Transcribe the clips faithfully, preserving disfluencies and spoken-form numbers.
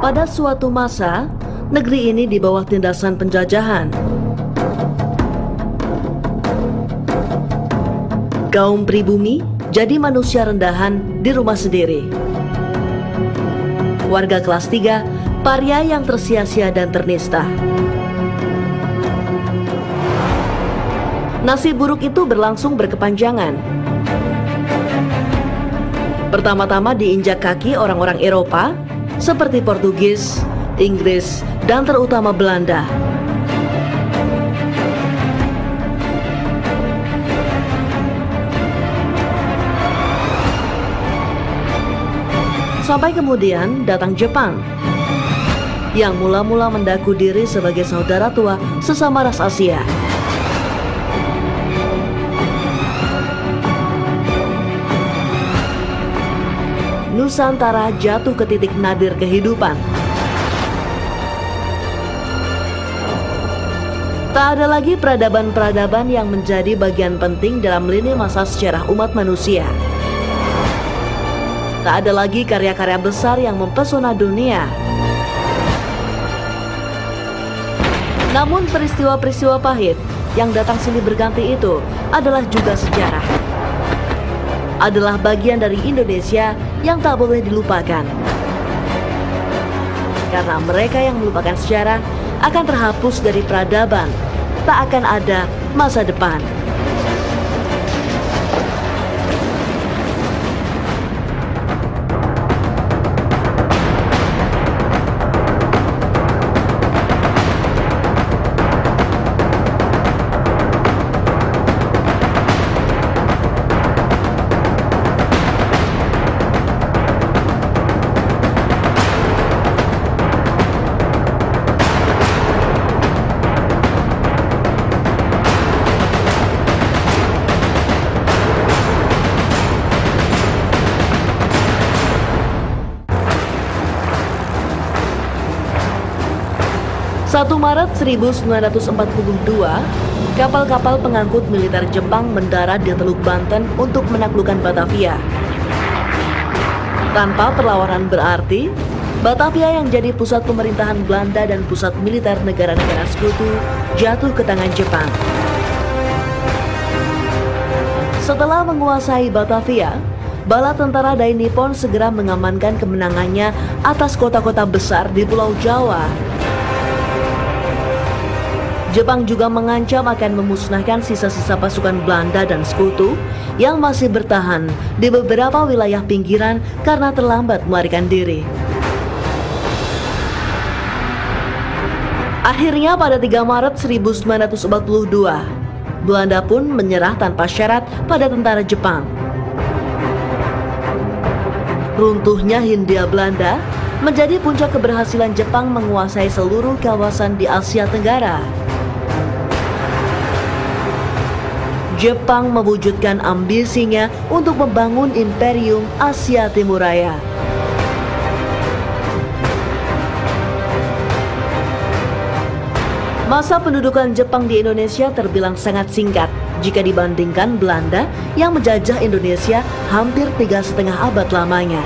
Pada suatu masa, negeri ini di bawah tindasan penjajahan. Kaum pribumi jadi manusia rendahan di rumah sendiri. Warga kelas tiga, paria yang tersia-sia dan ternista. Nasib buruk itu berlangsung berkepanjangan. Pertama-tama diinjak kaki orang-orang Eropa seperti Portugis, Inggris, dan terutama Belanda. Sampai kemudian datang Jepang yang mula-mula mendaku diri sebagai saudara tua sesama ras Asia. Nusantara jatuh ke titik nadir kehidupan. Tak ada lagi peradaban-peradaban yang menjadi bagian penting dalam lini masa sejarah umat manusia. Tak ada lagi karya-karya besar yang mempesona dunia. Namun peristiwa-peristiwa pahit yang datang silih berganti itu adalah juga sejarah. Adalah bagian dari Indonesia yang tak boleh dilupakan. Karena mereka yang melupakan sejarah akan terhapus dari peradaban. Tak akan ada masa depan. satu Maret seribu sembilan ratus empat puluh dua, kapal-kapal pengangkut militer Jepang mendarat di Teluk Banten untuk menaklukkan Batavia. Tanpa perlawanan berarti, Batavia yang jadi pusat pemerintahan Belanda dan pusat militer negara-negara sekutu jatuh ke tangan Jepang. Setelah menguasai Batavia, bala tentara Dai Nippon segera mengamankan kemenangannya atas kota-kota besar di Pulau Jawa. Jepang juga mengancam akan memusnahkan sisa-sisa pasukan Belanda dan sekutu yang masih bertahan di beberapa wilayah pinggiran karena terlambat melarikan diri. Akhirnya pada tiga Maret seribu sembilan ratus empat puluh dua, Belanda pun menyerah tanpa syarat pada tentara Jepang. Runtuhnya Hindia Belanda menjadi puncak keberhasilan Jepang menguasai seluruh kawasan di Asia Tenggara. Jepang mewujudkan ambisinya untuk membangun Imperium Asia Timur Raya. Masa pendudukan Jepang di Indonesia terbilang sangat singkat jika dibandingkan Belanda yang menjajah Indonesia hampir tiga setengah abad lamanya.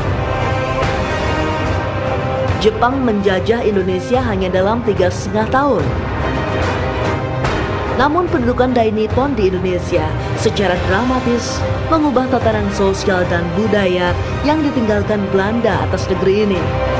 Jepang menjajah Indonesia hanya dalam tiga setengah tahun. Namun pendudukan Dai Nippon di Indonesia secara dramatis mengubah tatanan sosial dan budaya yang ditinggalkan Belanda atas negeri ini.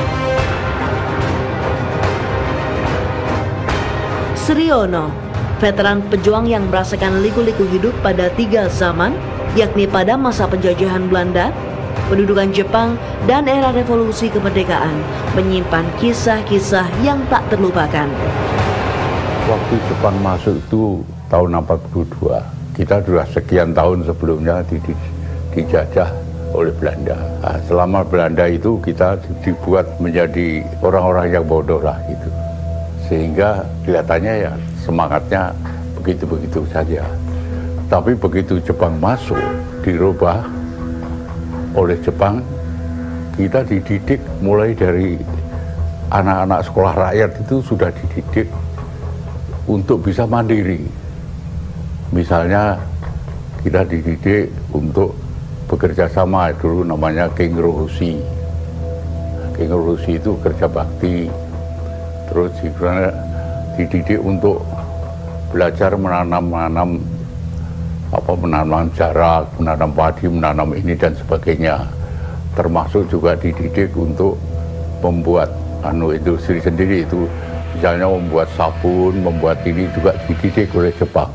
Suryono, veteran pejuang yang merasakan liku-liku hidup pada tiga zaman, yakni pada masa penjajahan Belanda, pendudukan Jepang, dan era revolusi kemerdekaan, menyimpan kisah-kisah yang tak terlupakan. Waktu Jepang masuk itu tahun empat puluh dua, kita sudah sekian tahun sebelumnya di, di, dijajah oleh Belanda. Nah, selama Belanda itu kita dibuat menjadi orang-orang yang bodoh lah gitu. Sehingga kelihatannya ya semangatnya begitu-begitu saja. Tapi begitu Jepang masuk, dirubah oleh Jepang, kita dididik mulai dari anak-anak sekolah rakyat itu sudah dididik untuk bisa mandiri. Misalnya kita dididik untuk bekerja sama, dulu namanya King Rohoshi. Gengorusi itu kerja bakti, terus juga dididik untuk belajar menanam-menanam apa menanam jarak, menanam padi, menanam ini dan sebagainya. Termasuk juga dididik untuk membuat anu industri sendiri itu, misalnya membuat sabun, membuat ini juga dididik oleh Jepang.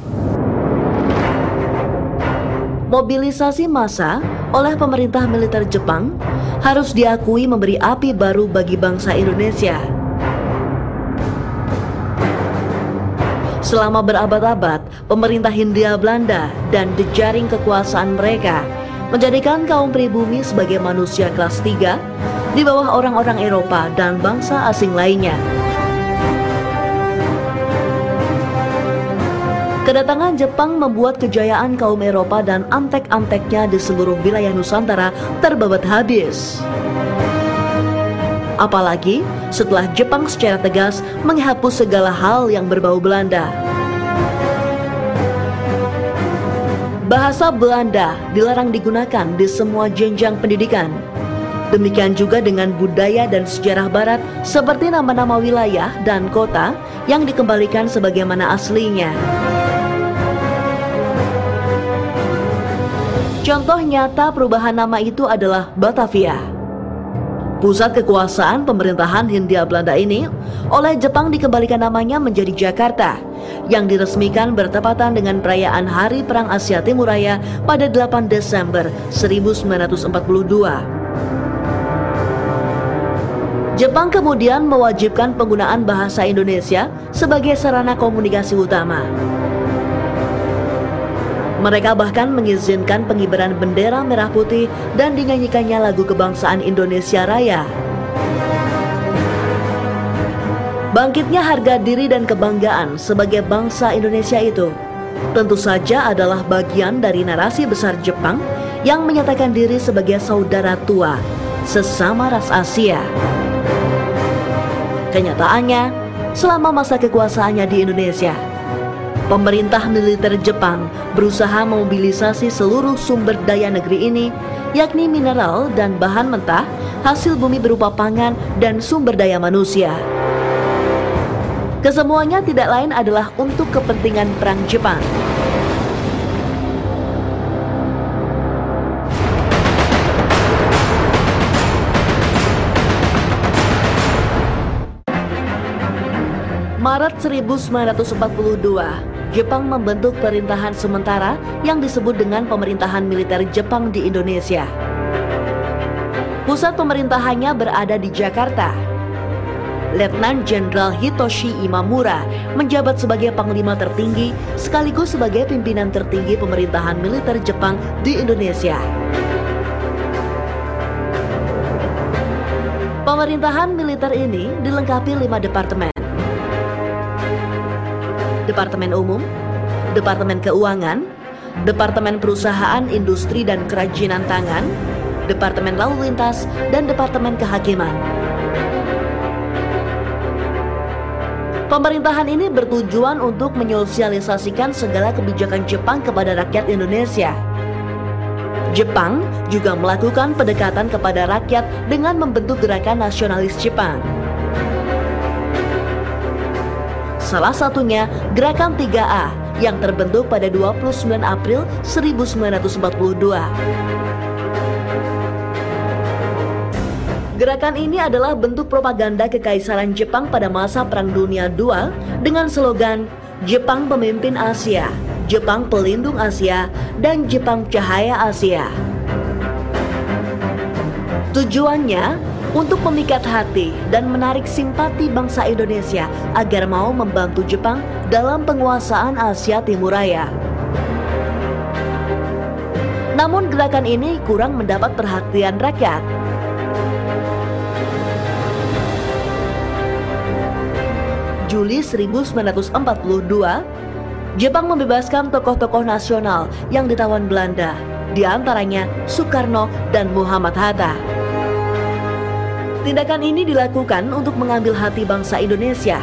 Mobilisasi massa oleh pemerintah militer Jepang harus diakui memberi api baru bagi bangsa Indonesia. Selama berabad-abad, pemerintah Hindia Belanda dan jejaring kekuasaan mereka menjadikan kaum pribumi sebagai manusia kelas tiga di bawah orang-orang Eropa dan bangsa asing lainnya. Kedatangan Jepang membuat kejayaan kaum Eropa dan antek-anteknya di seluruh wilayah Nusantara terbabat habis. Apalagi setelah Jepang secara tegas menghapus segala hal yang berbau Belanda. Bahasa Belanda dilarang digunakan di semua jenjang pendidikan. Demikian juga dengan budaya dan sejarah Barat seperti nama-nama wilayah dan kota yang dikembalikan sebagaimana aslinya. Contoh nyata perubahan nama itu adalah Batavia. Pusat kekuasaan pemerintahan Hindia Belanda ini oleh Jepang dikembalikan namanya menjadi Jakarta, yang diresmikan bertepatan dengan perayaan Hari Perang Asia Timur Raya pada delapan Desember seribu sembilan ratus empat puluh dua. Jepang kemudian mewajibkan penggunaan bahasa Indonesia sebagai sarana komunikasi utama. Mereka bahkan mengizinkan pengibaran bendera merah putih dan dinyanyikannya lagu kebangsaan Indonesia Raya. Bangkitnya harga diri dan kebanggaan sebagai bangsa Indonesia itu tentu saja adalah bagian dari narasi besar Jepang yang menyatakan diri sebagai saudara tua sesama ras Asia. Kenyataannya, selama masa kekuasaannya di Indonesia, pemerintah militer Jepang berusaha memobilisasi seluruh sumber daya negeri ini, yakni mineral dan bahan mentah, hasil bumi berupa pangan dan sumber daya manusia. Kesemuanya tidak lain adalah untuk kepentingan perang Jepang. Maret seribu sembilan ratus empat puluh dua, Jepang membentuk pemerintahan sementara yang disebut dengan Pemerintahan Militer Jepang di Indonesia. Pusat pemerintahannya berada di Jakarta. Letnan Jenderal Hitoshi Imamura menjabat sebagai panglima tertinggi sekaligus sebagai pimpinan tertinggi pemerintahan militer Jepang di Indonesia. Pemerintahan militer ini dilengkapi lima departemen. Departemen Umum, Departemen Keuangan, Departemen Perusahaan Industri dan Kerajinan Tangan, Departemen Lalu Lintas, dan Departemen Kehakiman. Pemerintahan ini bertujuan untuk menyosialisasikan segala kebijakan Jepang kepada rakyat Indonesia. Jepang juga melakukan pendekatan kepada rakyat dengan membentuk gerakan nasionalis Jepang. Salah satunya Gerakan tiga A yang terbentuk pada dua puluh sembilan April seribu sembilan ratus empat puluh dua. Gerakan ini adalah bentuk propaganda kekaisaran Jepang pada masa Perang Dunia kedua dengan slogan Jepang Pemimpin Asia, Jepang Pelindung Asia, dan Jepang Cahaya Asia. Tujuannya untuk memikat hati dan menarik simpati bangsa Indonesia agar mau membantu Jepang dalam penguasaan Asia Timur Raya. Namun gerakan ini kurang mendapat perhatian rakyat. Juli seribu sembilan ratus empat puluh dua, Jepang membebaskan tokoh-tokoh nasional yang ditawan Belanda, di antaranya Soekarno dan Muhammad Hatta. Tindakan ini dilakukan untuk mengambil hati bangsa Indonesia.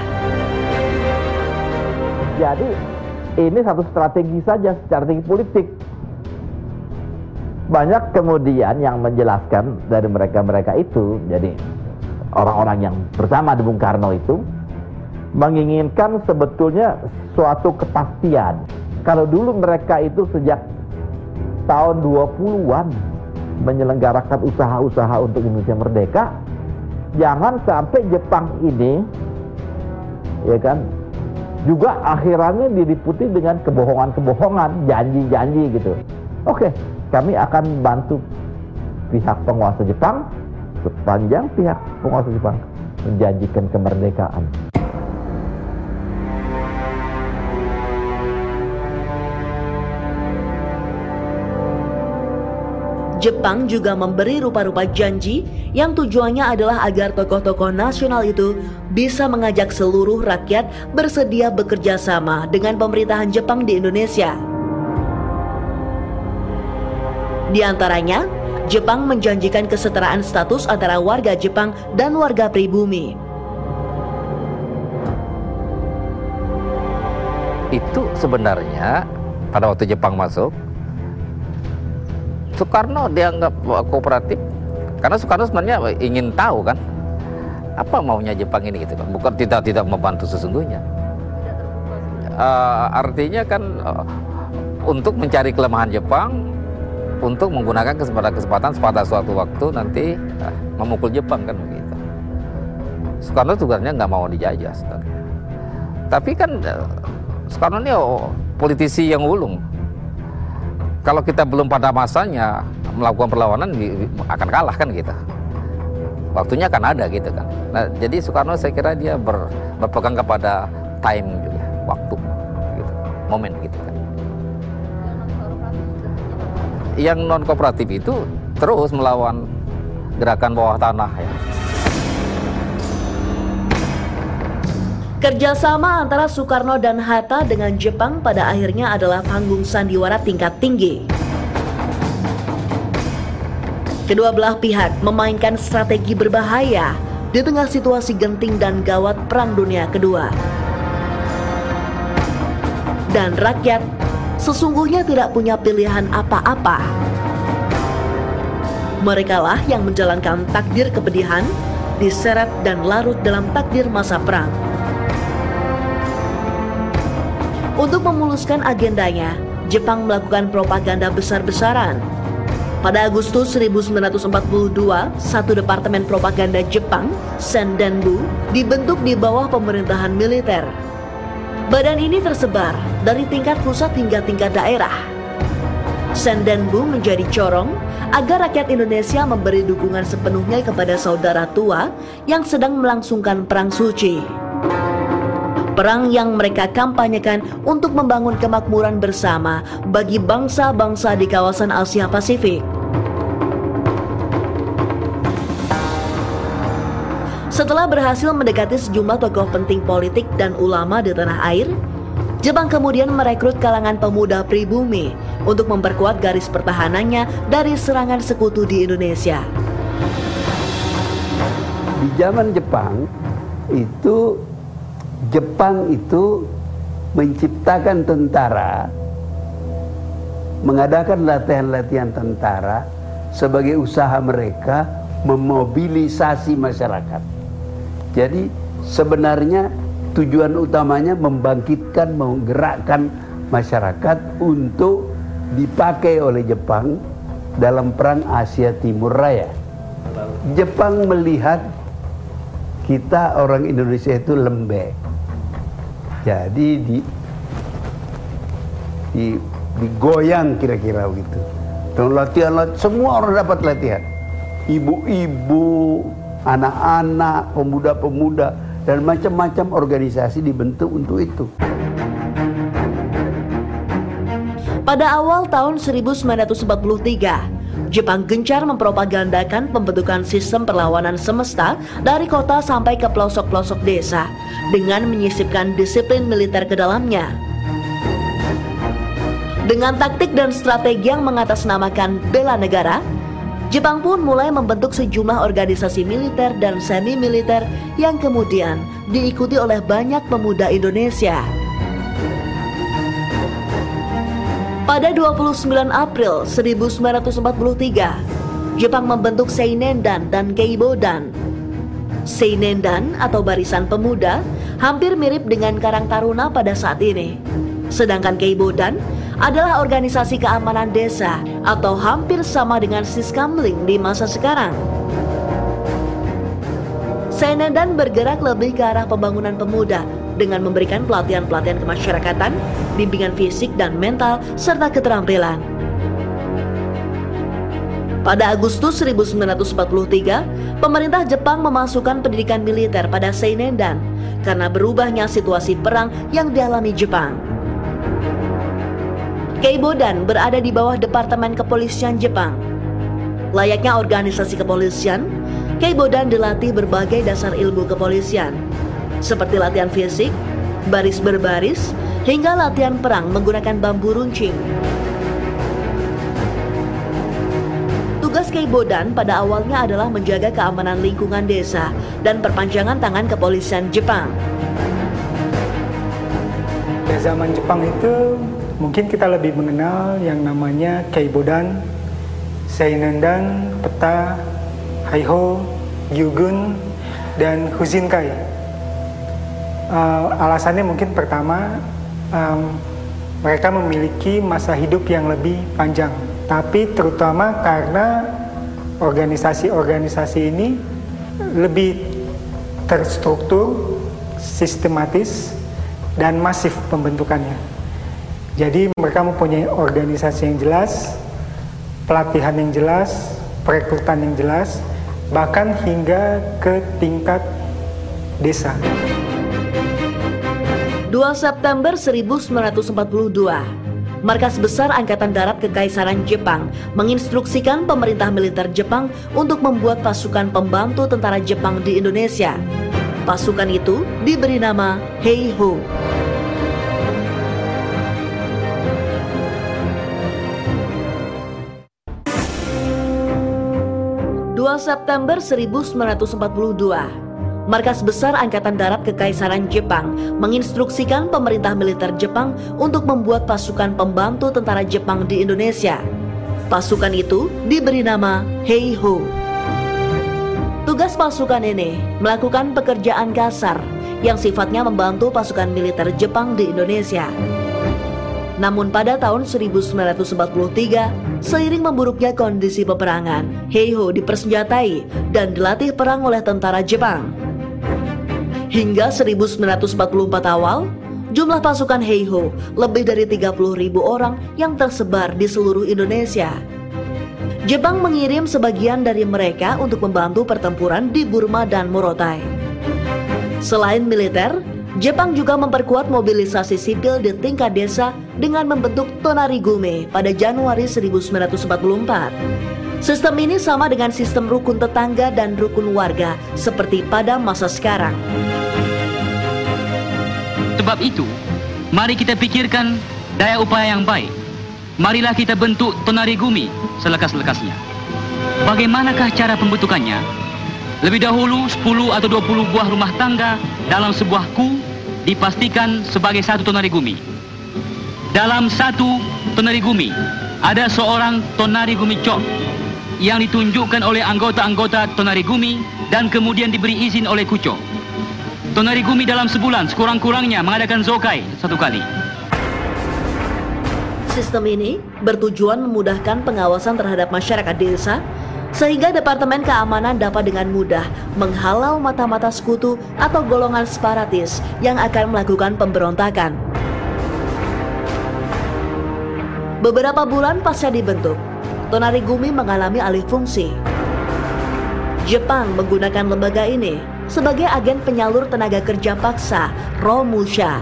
Jadi ini satu strategi saja, strategi politik. Banyak kemudian yang menjelaskan dari mereka-mereka itu, jadi orang-orang yang bersama di Bung Karno itu menginginkan sebetulnya suatu kepastian. Kalau dulu mereka itu sejak tahun dua puluhan menyelenggarakan usaha-usaha untuk Indonesia merdeka, jangan sampai Jepang ini, ya kan, juga akhirannya diliputi dengan kebohongan-kebohongan, janji-janji gitu. Oke, kami akan bantu pihak penguasa Jepang sepanjang pihak penguasa Jepang menjanjikan kemerdekaan. Jepang juga memberi rupa-rupa janji yang tujuannya adalah agar tokoh-tokoh nasional itu bisa mengajak seluruh rakyat bersedia bekerja sama dengan pemerintahan Jepang di Indonesia. Di antaranya, Jepang menjanjikan kesetaraan status antara warga Jepang dan warga pribumi. Itu sebenarnya pada waktu Jepang masuk, Soekarno dianggap kooperatif karena Soekarno sebenarnya ingin tahu kan apa maunya Jepang ini gitu kan, bukan tidak tidak membantu sesungguhnya. Uh, artinya kan uh, untuk mencari kelemahan Jepang, untuk menggunakan kesempatan-kesempatan pada suatu waktu nanti uh, memukul Jepang kan begitu. Soekarno sebenarnya nggak mau dijajah sebenarnya. Tapi kan uh, Soekarno ini oh, politisi yang ulung. Kalau kita belum pada masanya melakukan perlawanan akan kalah kan gitu. Waktunya akan ada gitu kan. Nah, jadi Soekarno saya kira dia ber, berpegang kepada time juga, waktu gitu, momen gitu kan. Yang non kooperatif itu terus melawan gerakan bawah tanah ya. Kerjasama antara Soekarno dan Hatta dengan Jepang pada akhirnya adalah panggung sandiwara tingkat tinggi. Kedua belah pihak memainkan strategi berbahaya di tengah situasi genting dan gawat Perang Dunia Kedua. Dan rakyat sesungguhnya tidak punya pilihan apa-apa. Merekalah yang menjalankan takdir kepedihan, diseret dan larut dalam takdir masa perang. Untuk memuluskan agendanya, Jepang melakukan propaganda besar-besaran. Pada Agustus seribu sembilan ratus empat puluh dua, satu departemen propaganda Jepang, Sendenbu, dibentuk di bawah pemerintahan militer. Badan ini tersebar dari tingkat pusat hingga tingkat daerah. Sendenbu menjadi corong agar rakyat Indonesia memberi dukungan sepenuhnya kepada saudara tua yang sedang melangsungkan perang suci. Perang yang mereka kampanyekan untuk membangun kemakmuran bersama bagi bangsa-bangsa di kawasan Asia Pasifik. Setelah berhasil mendekati sejumlah tokoh penting politik dan ulama di tanah air, Jepang kemudian merekrut kalangan pemuda pribumi untuk memperkuat garis pertahanannya dari serangan sekutu di Indonesia. Di zaman Jepang itu Jepang itu menciptakan tentara, mengadakan latihan-latihan tentara sebagai usaha mereka memobilisasi masyarakat. Jadi sebenarnya tujuan utamanya membangkitkan, menggerakkan masyarakat untuk dipakai oleh Jepang dalam perang Asia Timur Raya. Jepang melihat kita orang Indonesia itu lembek. Jadi di, di digoyang kira-kira begitu. Dan latihan, semua orang dapat latihan. Ibu-ibu, anak-anak, pemuda-pemuda, dan macam-macam organisasi dibentuk untuk itu. Pada awal tahun seribu sembilan ratus empat puluh tiga, Jepang gencar mempropagandakan pembentukan sistem perlawanan semesta dari kota sampai ke pelosok-pelosok desa dengan menyisipkan disiplin militer ke dalamnya. Dengan taktik dan strategi yang mengatasnamakan bela negara, Jepang pun mulai membentuk sejumlah organisasi militer dan semi-militer yang kemudian diikuti oleh banyak pemuda Indonesia. Pada dua puluh sembilan April seribu sembilan ratus empat puluh tiga, Jepang membentuk Seinendan dan Keibodan. Seinendan atau Barisan Pemuda hampir mirip dengan Karang Taruna pada saat ini. Sedangkan Keibodan adalah organisasi keamanan desa atau hampir sama dengan Siskamling di masa sekarang. Seinendan bergerak lebih ke arah pembangunan pemuda dengan memberikan pelatihan-pelatihan kemasyarakatan, bimbingan fisik dan mental, serta keterampilan. Pada Agustus seribu sembilan ratus empat puluh tiga, pemerintah Jepang memasukkan pendidikan militer pada Seinendan karena berubahnya situasi perang yang dialami Jepang. Keibodan berada di bawah Departemen Kepolisian Jepang. Layaknya organisasi kepolisian, Keibodan dilatih berbagai dasar ilmu kepolisian, seperti latihan fisik, baris berbaris, hingga latihan perang menggunakan bambu runcing. Tugas Keibodan pada awalnya adalah menjaga keamanan lingkungan desa dan perpanjangan tangan kepolisian Jepang. Di zaman Jepang itu mungkin kita lebih mengenal yang namanya Keibodan, Seinendan, Peta, Heiho, Gyugun, dan Huzinkai. Uh, alasannya mungkin pertama, um, mereka memiliki masa hidup yang lebih panjang. Tapi terutama karena organisasi-organisasi ini lebih terstruktur, sistematis, dan masif pembentukannya. Jadi mereka mempunyai organisasi yang jelas, pelatihan yang jelas, perekrutan yang jelas, bahkan hingga ke tingkat desa. dua September seribu sembilan ratus empat puluh dua, Markas Besar Angkatan Darat Kekaisaran Jepang menginstruksikan pemerintah militer Jepang untuk membuat pasukan pembantu tentara Jepang di Indonesia. Pasukan itu diberi nama Heiho. dua September seribu sembilan ratus empat puluh dua, Markas Besar Angkatan Darat Kekaisaran Jepang menginstruksikan pemerintah militer Jepang untuk membuat pasukan pembantu tentara Jepang di Indonesia. Pasukan itu diberi nama Heiho. Tugas pasukan ini melakukan pekerjaan kasar yang sifatnya membantu pasukan militer Jepang di Indonesia. Namun pada tahun seribu sembilan ratus empat puluh tiga, seiring memburuknya kondisi peperangan, Heiho dipersenjatai dan dilatih perang oleh tentara Jepang. Hingga seribu sembilan ratus empat puluh empat awal, jumlah pasukan Heiho lebih dari tiga puluh ribu orang yang tersebar di seluruh Indonesia. Jepang mengirim sebagian dari mereka untuk membantu pertempuran di Burma dan Morotai. Selain militer, Jepang juga memperkuat mobilisasi sipil di tingkat desa dengan membentuk Tonarigume pada Januari seribu sembilan ratus empat puluh empat. Sistem ini sama dengan sistem rukun tetangga dan rukun warga seperti pada masa sekarang. Sebab itu, mari kita pikirkan daya upaya yang baik. Marilah kita bentuk Tonarigumi selekas-lekasnya. Bagaimanakah cara pembentukannya? Lebih dahulu sepuluh atau dua puluh buah rumah tangga dalam sebuah ku dipastikan sebagai satu Tonarigumi. Dalam satu Tonarigumi ada seorang Tonarigumi Chok yang ditunjukkan oleh anggota-anggota Tonarigumi dan kemudian diberi izin oleh Kucho. Tonarigumi dalam sebulan sekurang-kurangnya mengadakan zokai satu kali. Sistem ini bertujuan memudahkan pengawasan terhadap masyarakat desa sehingga Departemen Keamanan dapat dengan mudah menghalau mata-mata sekutu atau golongan separatis yang akan melakukan pemberontakan. Beberapa bulan pasca dibentuk, Tonarigumi mengalami alih fungsi. Jepang menggunakan lembaga ini sebagai agen penyalur tenaga kerja paksa Romusha.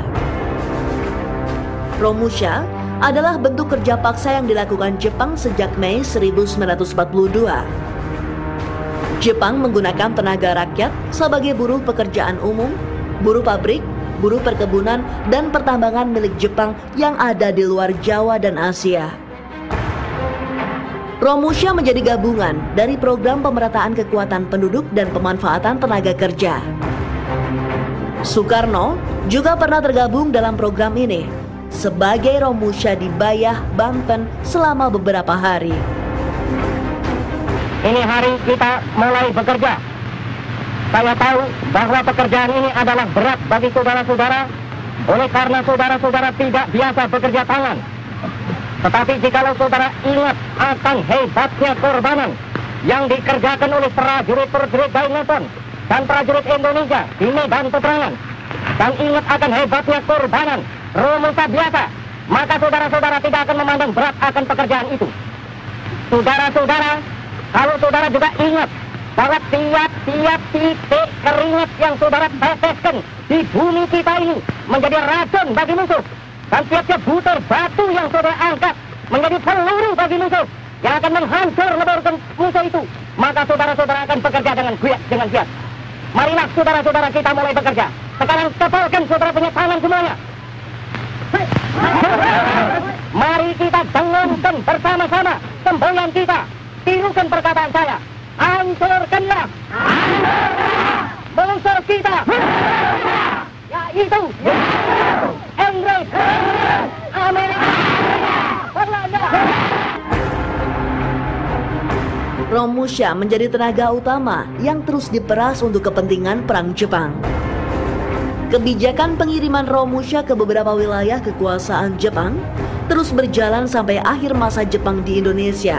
Romusha adalah bentuk kerja paksa yang dilakukan Jepang sejak Mei seribu sembilan ratus empat puluh dua. Jepang menggunakan tenaga rakyat sebagai buruh pekerjaan umum, buruh pabrik, buruh perkebunan, dan pertambangan milik Jepang yang ada di luar Jawa dan Asia. Romusha menjadi gabungan dari program pemerataan kekuatan penduduk dan pemanfaatan tenaga kerja. Soekarno juga pernah tergabung dalam program ini sebagai Romusha di Bayah, Banten selama beberapa hari. Ini hari kita mulai bekerja. Saya tahu bahwa pekerjaan ini adalah berat bagi saudara-saudara, oleh karena saudara-saudara tidak biasa bekerja tangan. Tetapi jikalau saudara ingat akan hebatnya korbanan yang dikerjakan oleh prajurit-prajurit Dain Nippon dan prajurit Indonesia di medan peperangan, dan ingat akan hebatnya korbanan Romusa biasa, maka saudara-saudara tidak akan memandang berat akan pekerjaan itu. Saudara-saudara, kalau saudara juga ingat bahwa tiap-tiap titik keringat yang saudara teteskan di bumi kita ini menjadi racun bagi musuh, dan tiap-tiap butir batu yang saudara angkat menjadi peluru bagi musuh yang akan menghancur leburkan musuh itu, maka saudara-saudara akan bekerja dengan giat, dengan giat. Marilah saudara-saudara kita mulai bekerja. Sekarang kepalkan saudara punya tangan semuanya. Mari kita dengarkan bersama-sama semboyan kita. Tirukan perkataan saya. Hancurkanlah musuh kita, yaitu Inggris, Amerika, Belanda. Romusha menjadi tenaga utama yang terus diperas untuk kepentingan Perang Jepang. Kebijakan pengiriman Romusha ke beberapa wilayah kekuasaan Jepang terus berjalan sampai akhir masa Jepang di Indonesia.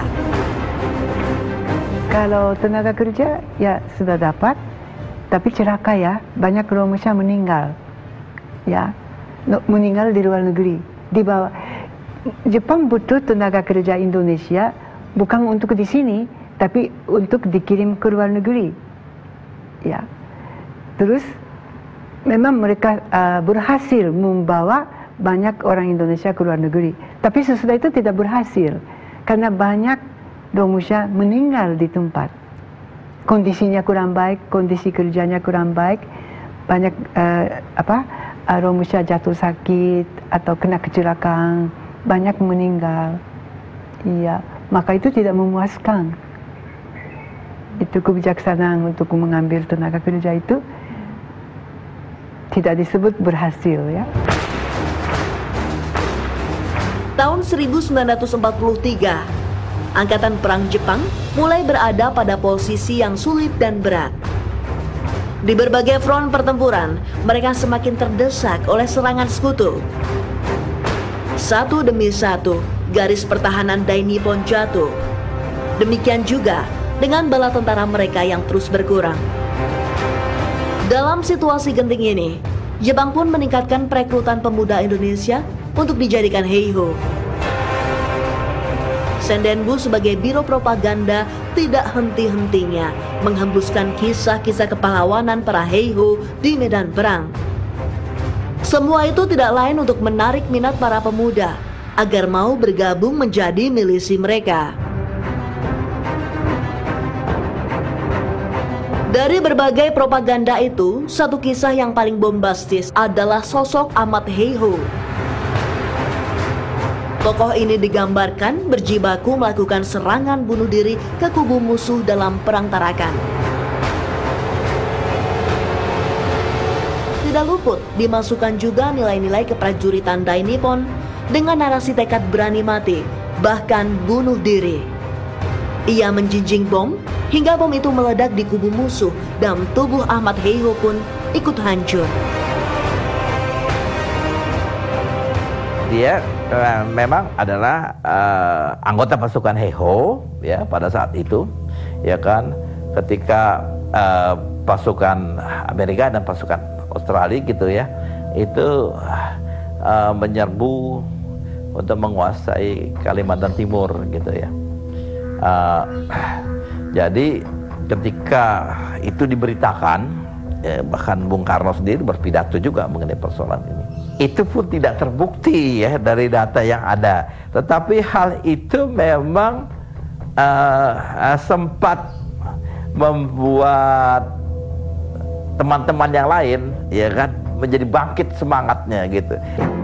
Kalau tenaga kerja ya sudah dapat, tapi celaka ya, banyak Romusha meninggal, ya, meninggal di luar negeri. Di bawah Jepang butuh tenaga kerja Indonesia bukan untuk di sini, tapi untuk dikirim ke luar negeri, ya. Terus memang mereka uh, berhasil membawa banyak orang Indonesia ke luar negeri, tapi sesudah itu tidak berhasil karena banyak Romusha meninggal di tempat. Kondisinya kurang baik, kondisi kerjanya kurang baik, banyak uh, apa uh, Romusha jatuh sakit atau kena kecelakaan, banyak meninggal. Iya, maka itu tidak memuaskan. Itu kebijaksanaan untuk mengambil tenaga kerja itu tidak disebut berhasil, ya. Tahun seribu sembilan ratus empat puluh tiga, Angkatan Perang Jepang mulai berada pada posisi yang sulit dan berat. Di berbagai front pertempuran, mereka semakin terdesak oleh serangan sekutu. Satu demi satu, garis pertahanan Dain Nippon jatuh. Demikian juga dengan bala tentara mereka yang terus berkurang. Dalam situasi genting ini, Jepang pun meningkatkan perekrutan pemuda Indonesia untuk dijadikan heiho. Sendenbu sebagai biro propaganda tidak henti-hentinya menghembuskan kisah-kisah kepahlawanan para heiho di medan perang. Semua itu tidak lain untuk menarik minat para pemuda agar mau bergabung menjadi milisi mereka. Dari berbagai propaganda itu, satu kisah yang paling bombastis adalah sosok Ahmad Heiho. Tokoh ini digambarkan berjibaku melakukan serangan bunuh diri ke kubu musuh dalam Perang Tarakan. Tidak luput dimasukkan juga nilai-nilai keprajuritan Dain Nippon dengan narasi tekad berani mati, bahkan bunuh diri. Ia menjinjing bom hingga bom itu meledak di kubu musuh dan tubuh Ahmad Heiho pun ikut hancur. Dia uh, memang adalah uh, anggota pasukan Heiho ya pada saat itu, ya kan, ketika uh, pasukan Amerika dan pasukan Australia gitu ya itu uh, menyerbu untuk menguasai Kalimantan Timur gitu ya. Uh, jadi ketika itu diberitakan, ya, bahkan Bung Karno sendiri berpidato juga mengenai persoalan ini. Itu pun tidak terbukti ya dari data yang ada. Tetapi hal itu memang uh, uh, sempat membuat teman-teman yang lain, ya kan, menjadi bangkit semangatnya gitu.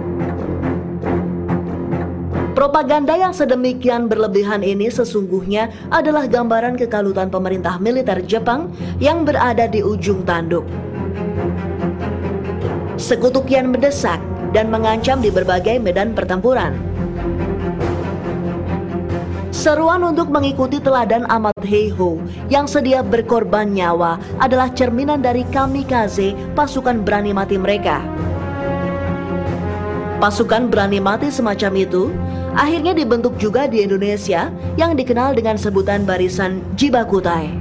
Propaganda yang sedemikian berlebihan ini sesungguhnya adalah gambaran kekalutan pemerintah militer Jepang yang berada di ujung tanduk. Sekutu kian mendesak dan mengancam di berbagai medan pertempuran. Seruan untuk mengikuti teladan Ahmad Heiho yang sedia berkorban nyawa adalah cerminan dari kamikaze pasukan berani mati mereka. Pasukan berani mati semacam itu akhirnya dibentuk juga di Indonesia yang dikenal dengan sebutan barisan Jibakutai.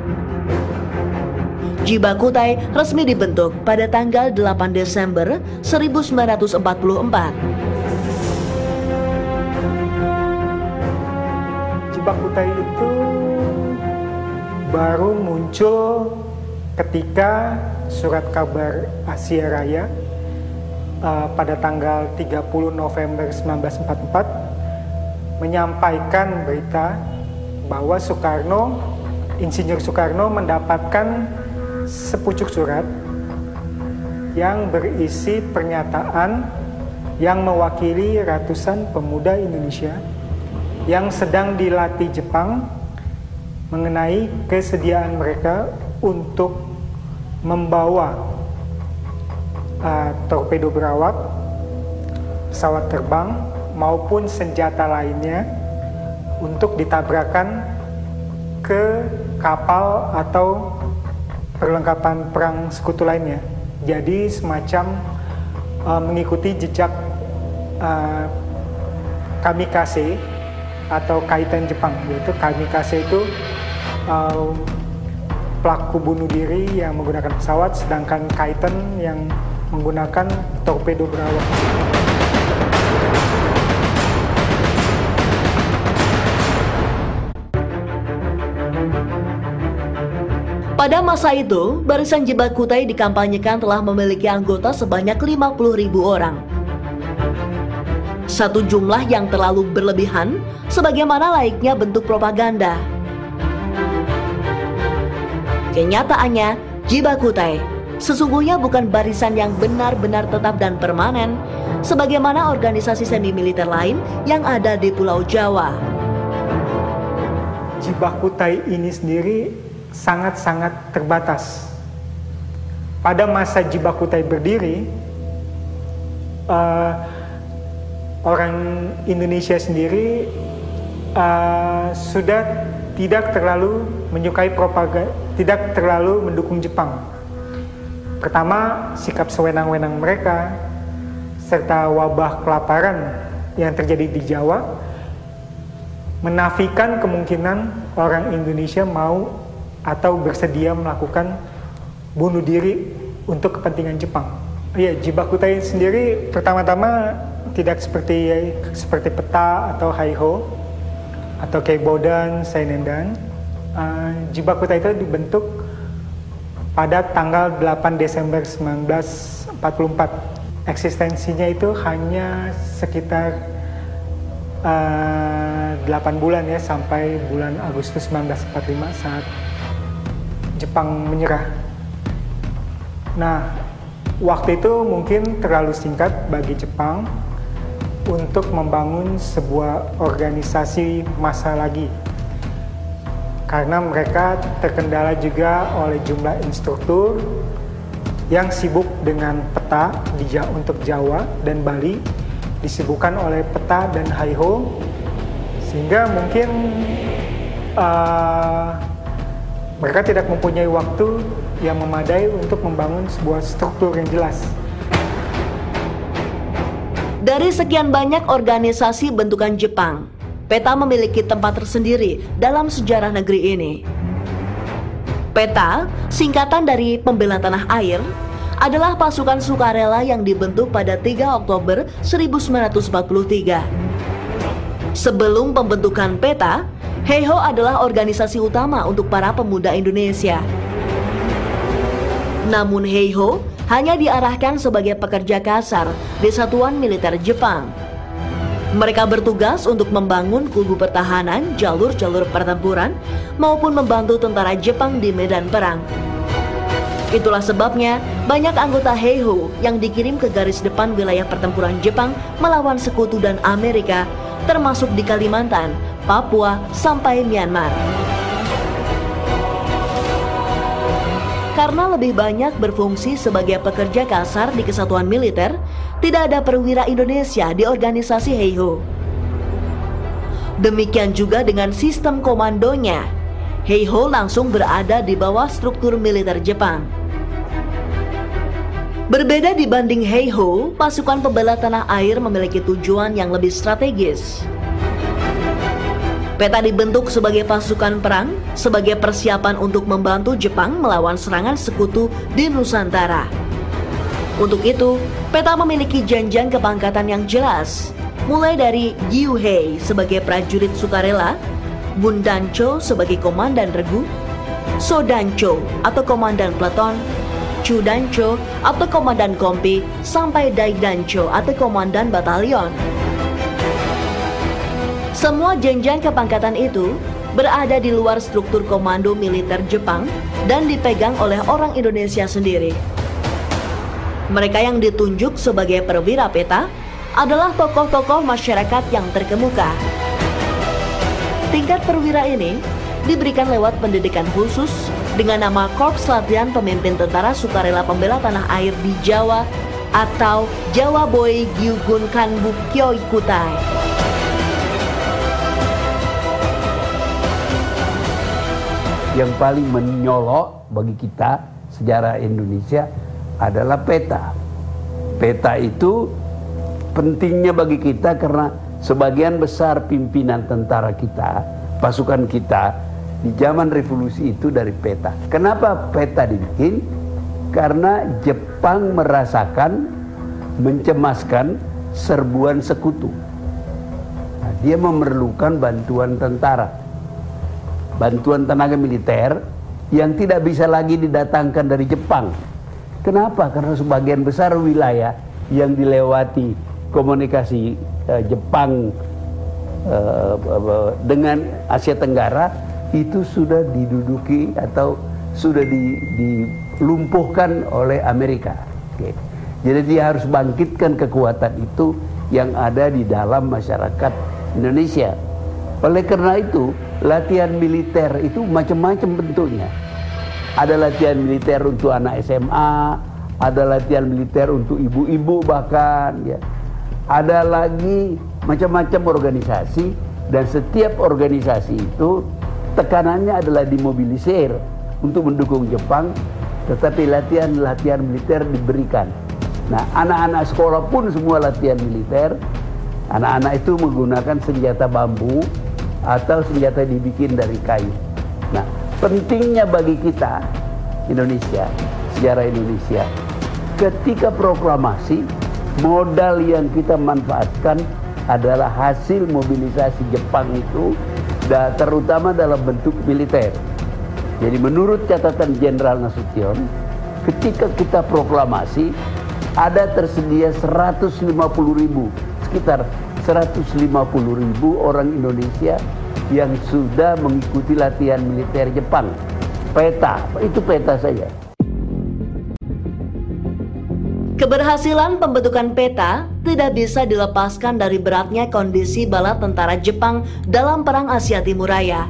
Jibakutai resmi dibentuk pada tanggal delapan Desember seribu sembilan ratus empat puluh empat. Jibakutai itu baru muncul ketika surat kabar Asia Raya uh, pada tanggal tiga puluh November seribu sembilan ratus empat puluh empat menyampaikan berita bahwa Soekarno, Insinyur Soekarno mendapatkan sepucuk surat yang berisi pernyataan yang mewakili ratusan pemuda Indonesia yang sedang dilatih Jepang mengenai kesediaan mereka untuk membawa uh, torpedo berawak, pesawat terbang maupun senjata lainnya untuk ditabrakkan ke kapal atau perlengkapan perang sekutu lainnya. Jadi semacam uh, mengikuti jejak uh, kamikaze atau kaitan Jepang, yaitu kamikaze itu uh, pelaku bunuh diri yang menggunakan pesawat, sedangkan kaitan yang menggunakan torpedo berawak. Pada masa itu, barisan Jibakutai dikampanyekan telah memiliki anggota sebanyak lima puluh ribu orang. Satu jumlah yang terlalu berlebihan, sebagaimana layaknya bentuk propaganda. Kenyataannya, Jibakutai sesungguhnya bukan barisan yang benar-benar tetap dan permanen, sebagaimana organisasi semi-militer lain yang ada di Pulau Jawa. Jibakutai ini sendiri sangat-sangat terbatas. Pada masa Jibakutai berdiri, uh, orang Indonesia sendiri uh, sudah tidak terlalu menyukai propaganda, tidak terlalu mendukung Jepang. Pertama, sikap sewenang-wenang mereka, serta wabah kelaparan yang terjadi di Jawa, menafikan kemungkinan orang Indonesia mau atau bersedia melakukan bunuh diri untuk kepentingan Jepang. Iya, Jibakutai sendiri pertama-tama tidak seperti seperti Peta atau Heiho atau Keibodan, Sainendan. Uh, Jibakutai itu dibentuk pada tanggal delapan Desember seribu sembilan ratus empat puluh empat. Eksistensinya itu hanya sekitar uh, delapan bulan ya, sampai bulan Agustus seribu sembilan ratus empat puluh lima saat Jepang menyerah. Nah, waktu itu mungkin terlalu singkat bagi Jepang untuk membangun sebuah organisasi massa lagi, karena mereka terkendala juga oleh jumlah instruktur yang sibuk dengan peta di, untuk Jawa dan Bali, disibukkan oleh Peta dan Heiho, sehingga mungkin uh, mereka tidak mempunyai waktu yang memadai untuk membangun sebuah struktur yang jelas. Dari sekian banyak organisasi bentukan Jepang, Peta memiliki tempat tersendiri dalam sejarah negeri ini. Peta, singkatan dari Pembela Tanah Air, adalah pasukan sukarela yang dibentuk pada tiga Oktober seribu sembilan ratus empat puluh tiga. Sebelum pembentukan Peta, Heiho adalah organisasi utama untuk para pemuda Indonesia. Namun Heiho hanya diarahkan sebagai pekerja kasar di satuan militer Jepang. Mereka bertugas untuk membangun kubu pertahanan, jalur-jalur pertempuran, maupun membantu tentara Jepang di medan perang. Itulah sebabnya banyak anggota Heiho yang dikirim ke garis depan wilayah pertempuran Jepang melawan sekutu dan Amerika, termasuk di Kalimantan, Papua, sampai Myanmar. Karena lebih banyak berfungsi sebagai pekerja kasar di kesatuan militer, tidak ada perwira Indonesia di organisasi Heiho. Demikian juga dengan sistem komandonya. Heiho langsung berada di bawah struktur militer Jepang. Berbeda dibanding Heiho, pasukan pembela tanah air memiliki tujuan yang lebih strategis. Peta dibentuk sebagai pasukan perang, sebagai persiapan untuk membantu Jepang melawan serangan sekutu di Nusantara. Untuk itu, Peta memiliki jenjang kepangkatan yang jelas, mulai dari Gyuhei sebagai prajurit sukarela, Bundancho sebagai komandan regu, Sodancho atau komandan peleton, Chudancho atau komandan kompi, sampai Daidancho atau komandan batalion. Semua jenjang kepangkatan itu berada di luar struktur komando militer Jepang dan dipegang oleh orang Indonesia sendiri. Mereka yang ditunjuk sebagai perwira Peta adalah tokoh-tokoh masyarakat yang terkemuka. Tingkat perwira ini diberikan lewat pendidikan khusus dengan nama Korps Latihan Pemimpin Tentara Sukarela Pembela Tanah Air di Jawa atau Jawa Boy Gyugun Kanbuk Kyoikutai. Yang paling menyolok bagi kita sejarah Indonesia adalah peta. Peta itu pentingnya bagi kita karena sebagian besar pimpinan tentara kita, pasukan kita di zaman revolusi itu dari peta. Kenapa peta dibikin? Karena Jepang merasakan mencemaskan serbuan sekutu. Nah, dia memerlukan bantuan tentara, bantuan tenaga militer yang tidak bisa lagi didatangkan dari Jepang. Kenapa? Karena sebagian besar wilayah yang dilewati komunikasi eh, Jepang eh, dengan Asia Tenggara itu sudah diduduki atau sudah di, dilumpuhkan oleh Amerika. Oke. Jadi dia harus bangkitkan kekuatan itu yang ada di dalam masyarakat Indonesia. Oleh karena itu, latihan militer itu macam-macam bentuknya. Ada latihan militer untuk anak S M A, ada latihan militer untuk ibu-ibu bahkan, ya. Ada lagi macam-macam organisasi, dan setiap organisasi itu tekanannya adalah dimobilisir untuk mendukung Jepang, tetapi latihan-latihan militer diberikan. Nah, anak-anak sekolah pun semua latihan militer. Anak-anak itu menggunakan senjata bambu atau senjata dibikin dari kayu. Nah, pentingnya bagi kita Indonesia, sejarah Indonesia, ketika proklamasi, modal yang kita manfaatkan adalah hasil mobilisasi Jepang itu, terutama dalam bentuk militer. Jadi menurut catatan Jenderal Nasution, ketika kita proklamasi, ada tersedia seratus lima puluh ribu, sekitar seratus lima puluh ribu orang Indonesia yang sudah mengikuti latihan militer Jepang. Peta, itu peta saja. Keberhasilan pembentukan peta tidak bisa dilepaskan dari beratnya kondisi bala tentara Jepang dalam Perang Asia Timur Raya.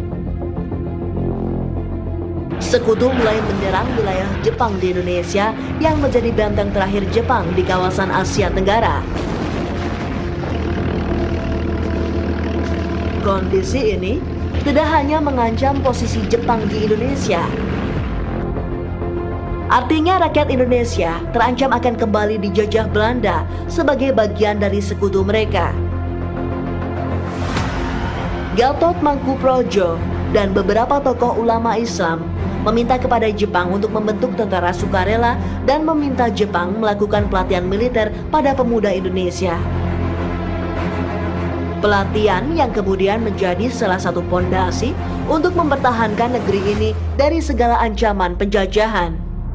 Sekutu mulai menyerang wilayah Jepang di Indonesia yang menjadi benteng terakhir Jepang di kawasan Asia Tenggara. Kondisi ini tidak hanya mengancam posisi Jepang di Indonesia. Artinya rakyat Indonesia terancam akan kembali dijajah Belanda sebagai bagian dari sekutu mereka. Gatot Mangkuprojo dan beberapa tokoh ulama Islam meminta kepada Jepang untuk membentuk tentara sukarela dan meminta Jepang melakukan pelatihan militer pada pemuda Indonesia. Pelatihan yang kemudian menjadi salah satu pondasi untuk mempertahankan negeri ini dari segala ancaman penjajahan.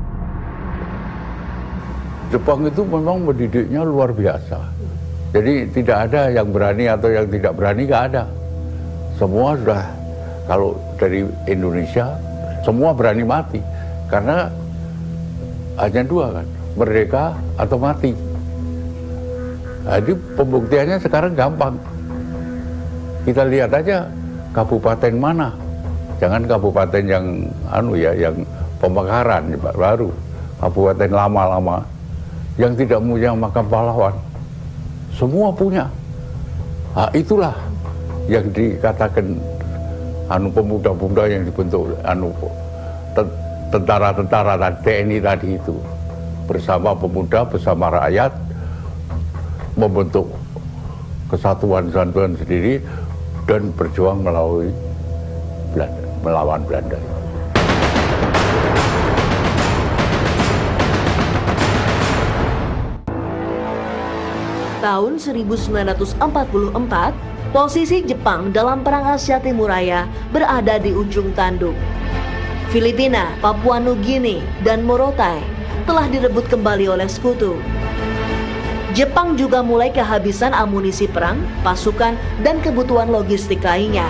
Jepang itu memang mendidiknya luar biasa. Jadi tidak ada yang berani atau yang tidak berani, nggak ada. Semua sudah, kalau dari Indonesia, semua berani mati. Karena hanya dua kan, merdeka atau mati. Jadi pembuktiannya sekarang gampang. Kita lihat aja kabupaten mana, jangan kabupaten yang anu ya, yang pemekaran baru, kabupaten lama-lama yang tidak punya makam pahlawan, semua punya. Nah, itulah yang dikatakan anu pemuda-pemuda yang dibentuk anu tentara-tentara dan T N I tadi itu bersama pemuda, bersama rakyat membentuk kesatuan-kesatuan sendiri dan berjuang melalui Belanda, melawan Belanda. Tahun seribu sembilan ratus empat puluh empat, posisi Jepang dalam Perang Asia Timur Raya berada di ujung tanduk. Filipina, Papua Nugini, dan Morotai telah direbut kembali oleh sekutu. Jepang juga mulai kehabisan amunisi perang, pasukan, dan kebutuhan logistik lainnya.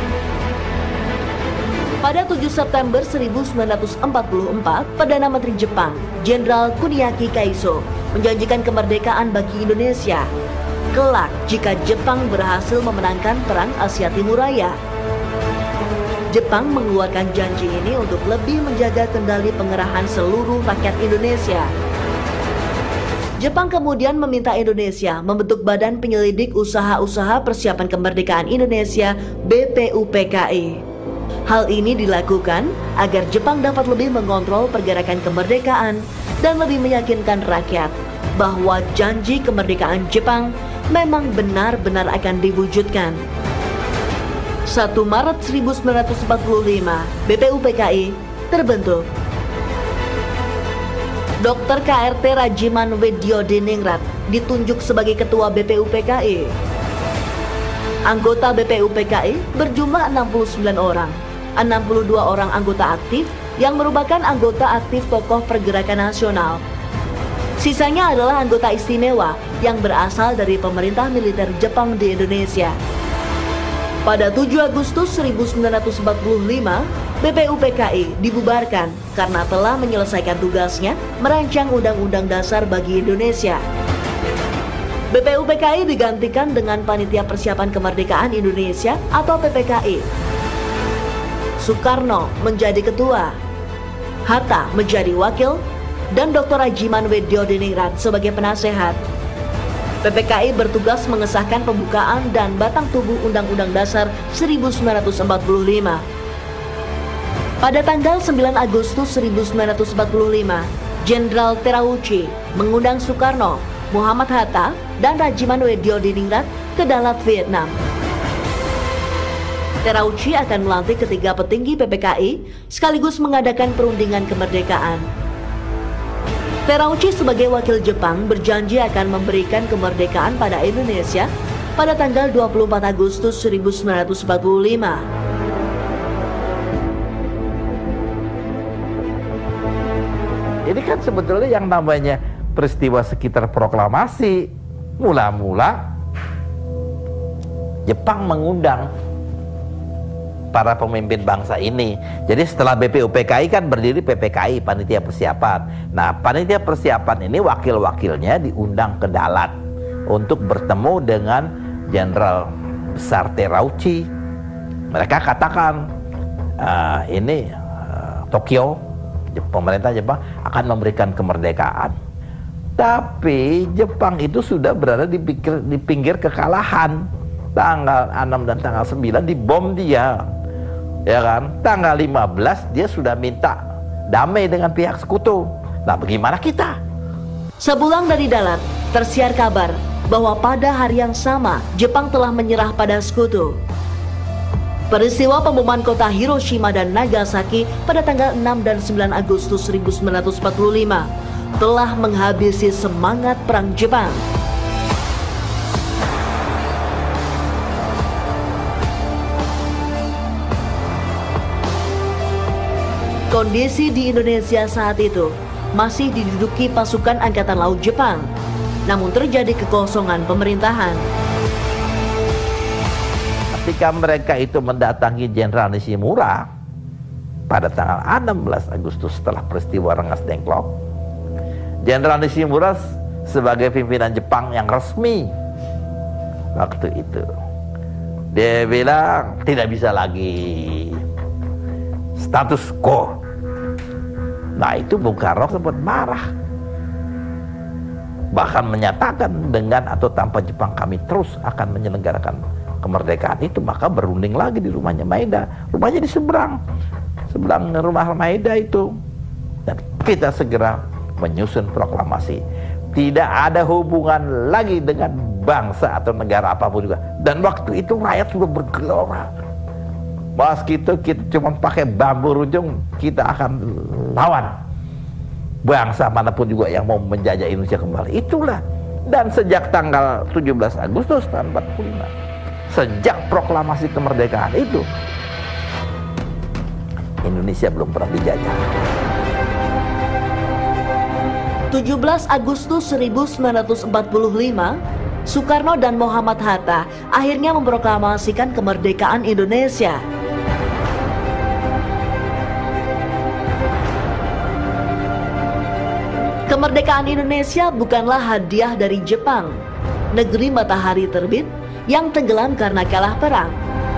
Pada tujuh September seribu sembilan ratus empat puluh empat, Perdana Menteri Jepang, Jenderal Kuniaki Kaiso, menjanjikan kemerdekaan bagi Indonesia kelak jika Jepang berhasil memenangkan Perang Asia Timur Raya. Jepang mengeluarkan janji ini untuk lebih menjaga kendali pengerahan seluruh rakyat Indonesia. Jepang kemudian meminta Indonesia membentuk Badan Penyelidik Usaha-Usaha Persiapan Kemerdekaan Indonesia B P U P K I. Hal ini dilakukan agar Jepang dapat lebih mengontrol pergerakan kemerdekaan dan lebih meyakinkan rakyat bahwa janji kemerdekaan Jepang memang benar-benar akan diwujudkan. satu Maret seribu sembilan ratus empat puluh lima, B P U P K I terbentuk. Doktor K R T Rajiman Widyodiningrat ditunjuk sebagai Ketua B P U P K I. Anggota B P U P K I berjumlah enam puluh sembilan orang, enam puluh dua orang anggota aktif yang merupakan anggota aktif tokoh pergerakan nasional. Sisanya adalah anggota istimewa yang berasal dari pemerintah militer Jepang di Indonesia. Pada tujuh Agustus seribu sembilan ratus empat puluh lima, B P U P K I dibubarkan karena telah menyelesaikan tugasnya merancang Undang-Undang Dasar bagi Indonesia. B P U P K I digantikan dengan Panitia Persiapan Kemerdekaan Indonesia atau P P K I. Soekarno menjadi ketua, Hatta menjadi wakil, dan Doktor Rajiman Widyodiningrat sebagai penasehat. P P K I bertugas mengesahkan pembukaan dan batang tubuh Undang-Undang Dasar seribu sembilan ratus empat puluh lima. Pada tanggal sembilan Agustus seribu sembilan ratus empat puluh lima, Jenderal Terauchi mengundang Soekarno, Muhammad Hatta, dan Rajiman Widyodiningrat ke Dalat, Vietnam. Terauchi akan melantik ketiga petinggi P P K I sekaligus mengadakan perundingan kemerdekaan. Terauchi sebagai wakil Jepang berjanji akan memberikan kemerdekaan pada Indonesia pada tanggal dua puluh empat Agustus seribu sembilan ratus empat puluh lima. Ini kan sebetulnya yang namanya peristiwa sekitar proklamasi. Mula-mula Jepang mengundang para pemimpin bangsa ini. Jadi setelah B P U P K I kan berdiri P P K I, Panitia Persiapan. Nah, Panitia Persiapan ini wakil-wakilnya diundang ke Dalat untuk bertemu dengan Jenderal Besar Terauchi. Mereka katakan uh, ini uh, Tokyo, pemerintah Jepang akan memberikan kemerdekaan. Tapi Jepang itu sudah berada di pinggir, di pinggir kekalahan. Tanggal enam dan tanggal sembilan dibom dia. Ya kan? Tanggal lima belas dia sudah minta damai dengan pihak sekutu. Nah, bagaimana kita? Sepulang dari Dalat, tersiar kabar bahwa pada hari yang sama Jepang telah menyerah pada sekutu. Peristiwa pemboman kota Hiroshima dan Nagasaki pada tanggal enam dan sembilan Agustus seribu sembilan ratus empat puluh lima telah menghabisi semangat perang Jepang. Kondisi di Indonesia saat itu masih diduduki pasukan Angkatan Laut Jepang, namun terjadi kekosongan pemerintahan. Ketika mereka itu mendatangi Jenderal Nishimura pada tanggal enam belas Agustus setelah peristiwa Rengas Dengklok, Jenderal Nishimura sebagai pimpinan Jepang yang resmi waktu itu, dia bilang tidak bisa lagi status quo. Nah, itu Bung Karno sempat marah, bahkan menyatakan dengan atau tanpa Jepang kami terus akan menyelenggarakan kemerdekaan itu, maka berunding lagi di rumahnya Maeda. Rumahnya di seberang, seberang rumah Maeda itu. Dan kita segera menyusun proklamasi. Tidak ada hubungan lagi dengan bangsa atau negara apapun juga. Dan waktu itu rakyat sudah bergelora. Mas kita, kita cuma pakai bambu rujung, kita akan lawan bangsa manapun juga yang mau menjajah Indonesia kembali. Itulah. Dan sejak tanggal tujuh belas Agustus tahun empat puluh lima, sejak proklamasi kemerdekaan itu, Indonesia belum pernah dijajah. tujuh belas Agustus seribu sembilan ratus empat puluh lima, Soekarno dan Muhammad Hatta akhirnya memproklamasikan kemerdekaan Indonesia. Kemerdekaan Indonesia bukanlah hadiah dari Jepang, negeri matahari terbit yang tenggelam karena kalah perang.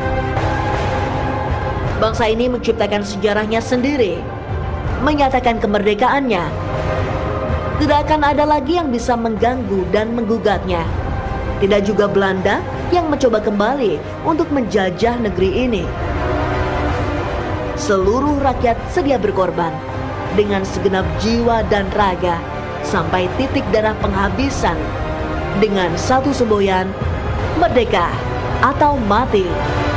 Bangsa ini menciptakan sejarahnya sendiri, menyatakan kemerdekaannya. Tidak akan ada lagi yang bisa mengganggu dan menggugatnya. Tidak juga Belanda yang mencoba kembali untuk menjajah negeri ini. Seluruh rakyat sedia berkorban dengan segenap jiwa dan raga sampai titik darah penghabisan dengan satu semboyan, merdeka atau mati.